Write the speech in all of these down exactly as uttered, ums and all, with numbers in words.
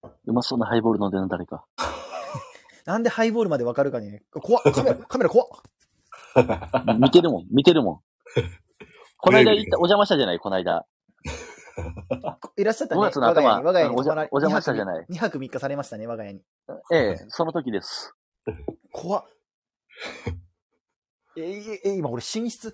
うまそうなハイボール飲んでるの誰か。 なんでハイボールまでわかるかね。怖っ、カメラ、カメラ怖っ。 見てるもん、見てるもん。こないだ行った、お邪魔したじゃない、こないだ。 いらっしゃったね。 ごがつの頭、 我が家に、 お邪魔したじゃない。 にはくみっかされましたね、我が家に。 ええ、その時です。 怖っ。えー、えー、今俺寝室。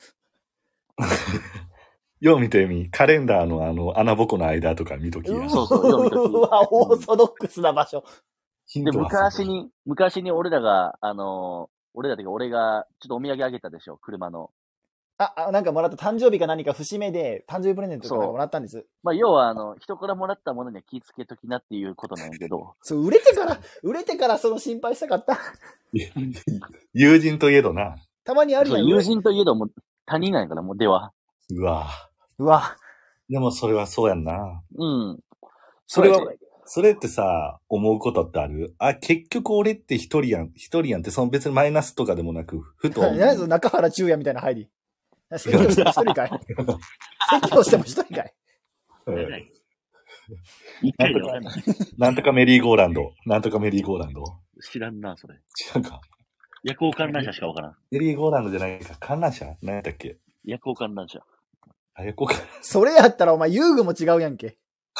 よう見てみ、カレンダーのあの穴ぼこの間とか見ときや。 そうそう、よう見とき。 うわ、オーソドックスな場所。 で、昔に、昔に俺らが、あのー、俺らっていうか俺が、ちょっとお土産あげたでしょ、車の。 あ、あ、なんかもらった誕生日か何か節目で、誕生日プレゼントとかもらったんです。 まあ、要は、あの、人からもらったものには気ぃつけときなっていうことなんやけど。 そう、売れてから、売れてからその心配したかった。 友人といえどな。 たまにあるやん。 友人といえども、他人なんやから、もう、では。 うわうわでもそれはそうやんな。 うん。 それは、それってさ、思うことってある？あ、結局俺って一人やん、一人やんって、その別にマイナスとかでもなく、ふと。 何やその中原中也みたいな入り。席をしても一人かい席をしても一人かい、 一回でなんとかメリーゴーランド。なんとかメリーゴーランド。 知らんな、それ。 知らんか。 夜行観覧車しかわからん。 メリーゴーランドじゃないか。観覧車何やったっけ？ 夜行観覧車。 あ、夜行観覧車。 それやったらお前遊具も違うやんけ。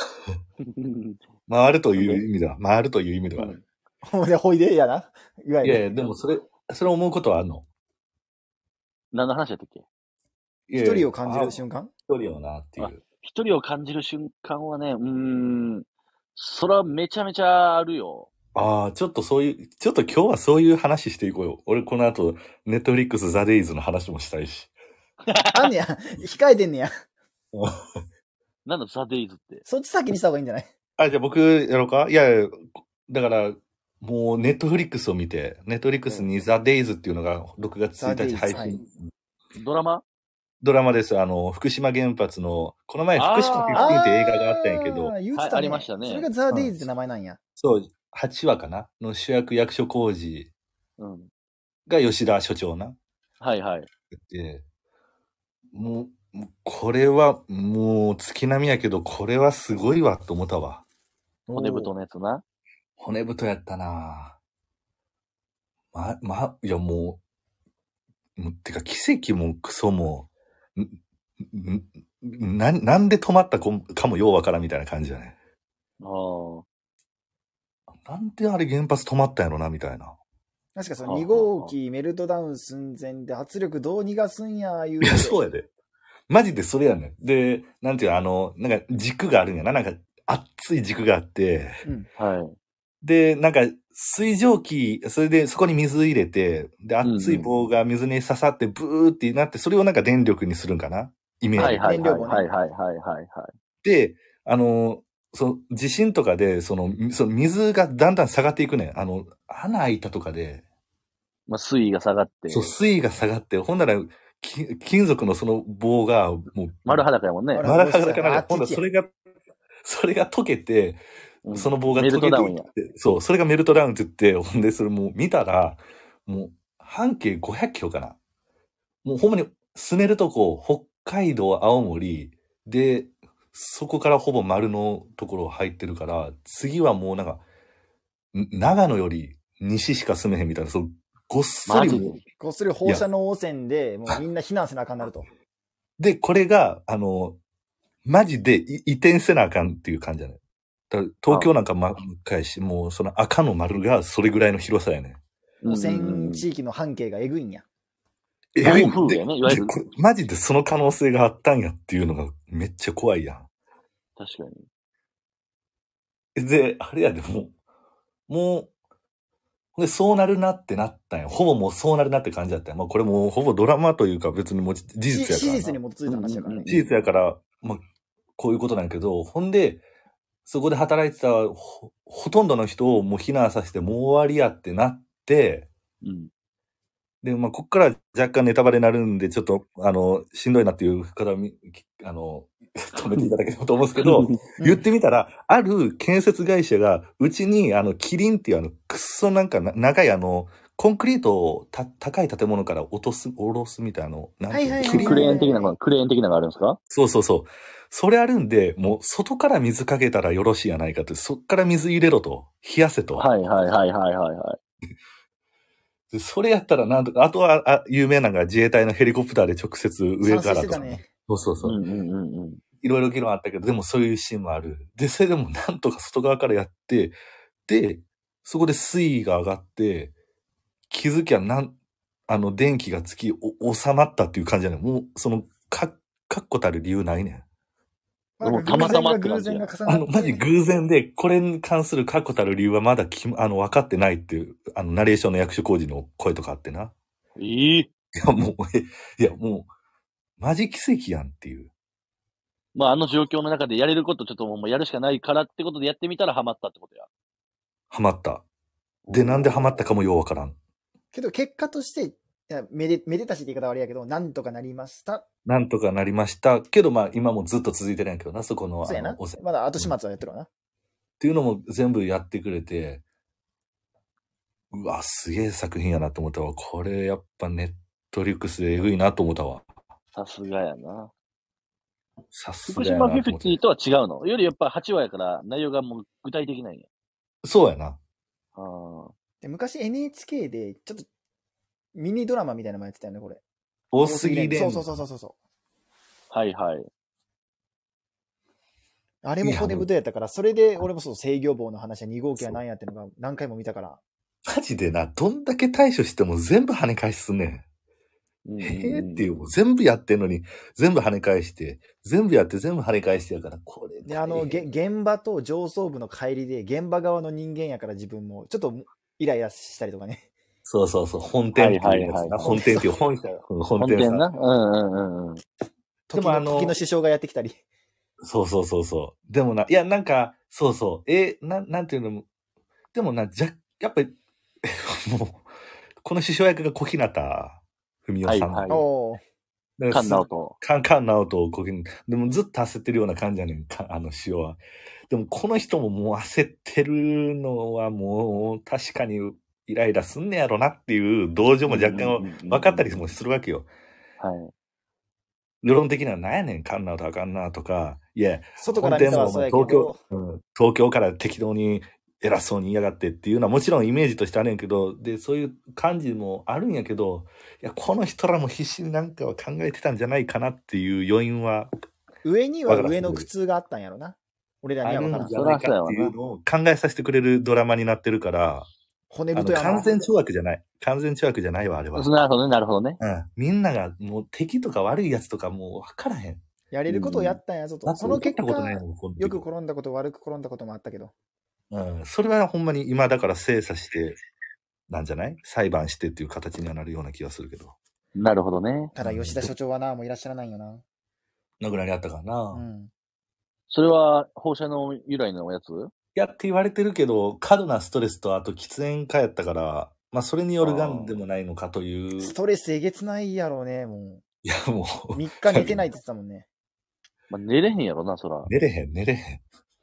回るという意味では、回るという意味では。 ほんで、ほいでやな。 いわゆる。いやいや、でもそれ、それ思うことはあるの？ 何の話やったっけ？ 一人を感じる瞬間？ 一人をなっていう。 一人を感じる瞬間はね、うーん、それはめちゃめちゃあるよ。 ああ、ちょっとそういう、ちょっと今日はそういう話していこうよ。俺この後、ネットフリックスザ・デイズの話もしたいし。 あんねや。控えてんねや。 なんだザ・デイズって。 そっち先にした方がいいんじゃない？ あ、じゃあ僕やろうか？いやいや、だから、もうネットフリックスを見て、ネットフリックスにザ・デイズっていうのがろくがつついたち配信。はい、 ドラマ？ ドラマです。あの、福島原発の、この前福島フィフティーンって映画があったんやけど。 あ、言うてたね、 はい、ありましたね。 それがザ・デイズって名前なんや。うん、 そう、はちわかなの主役役所広司が吉田所長な。 はいはい。 で、もう、これは、もう月並みやけど、これはすごいわと思ったわ。 骨太のやつな。 骨太やったなま、ま、いやもう、もうてか奇跡もクソも、な、なんで止まったかもようわからんみたいな感じじゃない。 ああ。 なんであれ原発止まったんやろな、みたいな。 確かそのに号機メルトダウン寸前で圧力どう逃がすんや、言うて。 いや、そうやで。マジでそれやねん。で、なんていうの、あの、なんか軸があるんやな。なんか熱い軸があって。 うん、 はい。 で、なんか水蒸気、それでそこに水入れて、で、熱い棒が水に刺さってブーってなって、それをなんか電力にするんかなイメージ。 はいはいはいはいはいはいはい。 で、あの、その地震とかで、その、その水がだんだん下がっていくね。あの、穴開いたとかで。 まあ、水位が下がって。 そう、水位が下がって、ほんなら、金属のその棒が、もう。 丸裸やもんね。 丸裸なら、ほんならそれが、それが溶けて、うん、その棒が溶けて、メルトダウンや。そう、それがメルトダウンって言って、ほんで、それもう見たら、もう、半径ごひゃくキロかな。もうほんまに、住めるとこ、北海道、青森、で、そこからほぼ丸のところ入ってるから、次はもうなんか、長野より西しか住めへんみたいな、そう、ごっそり。 ごっそり放射能汚染で、もうみんな避難せなあかんなると。 で、これが、あの、マジで移転せなあかんっていう感じじゃない。だ東京なんか真っ赤いし、もうその赤の丸がそれぐらいの広さやね。 汚染地域の半径がえぐいんや。 えぐいんやね、いわゆる。マジでその可能性があったんやっていうのがめっちゃ怖いやん。 確かに。で、あれやでも、もう、で、そうなるなってなったんや。ほぼもうそうなるなって感じだったんや。まあこれもうほぼドラマというか別にもう事実やから。 事実に基づいた話やからね。 事実やから、まあこういうことなんやけど、ほんで、そこで働いてたほ、ほとんどの人をもう避難させてもう終わりやってなって、 うん、 で、まあ、こっから若干ネタバレになるんで、ちょっと、あの、しんどいなっていう方は、あの、止めていただければと思うんですけど、言ってみたら、ある建設会社が、うちに、あの、キリンっていうあの、くっそなんかな、長いあの、 コンクリートをた高い建物から落とす、下ろすみたいなの、なんていうの、 はいはいはいはいクレーン的なのが、クレーン的なのがあるんですか？ そうそうそう。それあるんで、もう外から水かけたらよろしいやないかって、そっから水入れろと。冷やせと。 はいはいはいはいはいはい。 でそれやったらなんとか、あとはあ有名なのが自衛隊のヘリコプターで直接上からとか、 ね。 そうそうそう。 うんうんうんうん。 いろいろ議論あったけど、でもそういうシーンもある。で、それでもなんとか外側からやって、で、そこで水位が上がって、気づきゃなん、あの、電気がつき、お、収まったっていう感じじゃない。もう、その、か、確固たる理由ないねん。 まあもうたまたまって偶感じや然が偶然が重なって。 あの、マジ偶然で、これに関する確固たる理由はまだき、あの、分かってないっていう、あの、ナレーションの役所工事の声とかあってな。 ええいや、もう、え、いや、もう、マジ奇跡やんっていう。 まあ、あの状況の中でやれることちょっともうやるしかないからってことでやってみたらハマったってことや。 ハマった。で、なんでハマったかもようわからん。 けど結果として、いやめで、めでたしって言い方悪いやけど、なんとかなりました。 なんとかなりました。けど、まあ、今もずっと続いてるんやけどな、そこの、 そうやなあの、おせ。 まだ後始末はやってるわな。 っていうのも全部やってくれて、うわ、すげえ作品やなと思ったわ。これやっぱネットリックスでえぐいなと思ったわ。 さすがやな。 さす福がや島フィフなと思って。 ティとは違うのよりやっぱはちわやから内容がもう具体的なんや。 そうやな。 あで昔 エヌエイチケー でちょっとミニドラマみたいなのもやってたよね、これ。 大杉蓮。 そうそうそうそうそう。 はいはい。 あれも骨太やったから、それで俺もそう制御棒の話はに号機は何やってるのが何回も見たから。 マジでな、どんだけ対処しても全部跳ね返しすんねん。 うんうんうん、 へえっていう、全部やってんのに、全部跳ね返して、全部やって全部跳ね返してやから、これ。 で、あの、げ現場と上層部の帰りで、現場側の人間やから自分も、ちょっとイライラしたりとかね。 そうそうそう、本店っていうやつな。 はいはいはい、 本店っていう本社。 本店な。うんうんうんうん。 時の、時の師匠がやってきたり。 そうそうそうそう。でもな、いや、なんか、そうそう。え、な、なんていうのも、でもな、じゃ、やっぱり、もう、この師匠役が小日向文雄さん。 はいはい。 おー。カンナオト。 カン、カンナオトを小日向。でもずっと焦ってるような感じやねんか、あの師匠は。でもこの人ももう焦ってるのはもう、確かにイライラすんねやろなっていう同情も若干分かったりもするわけよ。 はい。 世論的には何やねん、カンナオトあかんなとか、いや、 外から見たらそうやけど、 東京、うん、東京から適当に偉そうに言いやがってっていうのはもちろんイメージとしてあるんやけど、で、そういう感じもあるんやけど、いや、この人らも必死になんかは考えてたんじゃないかなっていう余韻は。 上には上の苦痛があったんやろな。俺らには分からん。 あるんじゃないかっていうのを考えさせてくれるドラマになってるから、 骨太やな。 完全懲悪じゃない。完全懲悪じゃないわ、あれは。 なるほどね、なるほどね。 うん。みんながもう敵とか悪いやつとかもう分からへん。 やれることをやったんやぞと。 うん、 その結果、 ないよく転んだこと、悪く転んだこともあったけど。 うん。それはほんまに今だから精査して、なんじゃない裁判してっていう形にはなるような気がするけど。 なるほどね。 ただ吉田所長はな、もういらっしゃらないよな。 亡くなりあったからな。 うん。 それは放射能由来のやつ？ いやって言われてるけど、過度なストレスとあと喫煙家やったから、まあそれによるがんでもないのかという。 ストレスえげつないやろうね、もう。 いやもう。 みっか寝てないって言ってたもんね。 まあ、寝れへんやろな、そら。 寝れへん、寝れへん。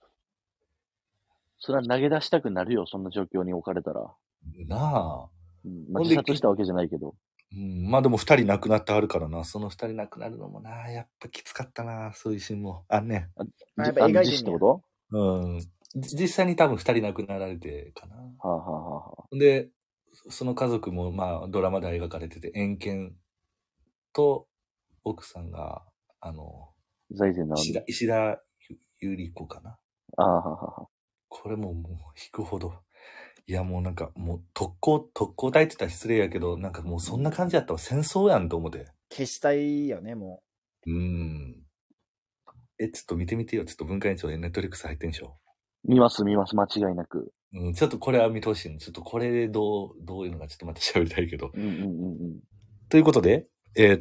そら投げ出したくなるよ、そんな状況に置かれたら。 なあ。 うん、まあ自殺したわけじゃないけど。 うん、まあでも二人亡くなってあるからな。その二人亡くなるのもな、やっぱきつかったな、そういうシーンも。あんね。 あ、やっぱ描いてんってこと？ うん。実際に多分二人亡くなられてかな。はあ、はあはあ、 で、その家族もまあドラマで描かれてて、遠見と奥さんが、あの、 財前直美。石田、石田ゆり子かな。 ああ、ははは。 これももう引くほど。いやもうなんかもう特攻、特攻隊って言ったら失礼やけど、なんかもうそんな感じやったら戦争やんと思って。 消したいよね、もう。うん。え、ちょっと見てみてよ。ちょっと文化委員長でネットリックス入ってんでしょ。 見ます、見ます、間違いなく。 うん、ちょっとこれは見てほしい。ちょっとこれでどう、どういうのかちょっとまた喋りたいけど。 うんうんうんうん。 ということで、えー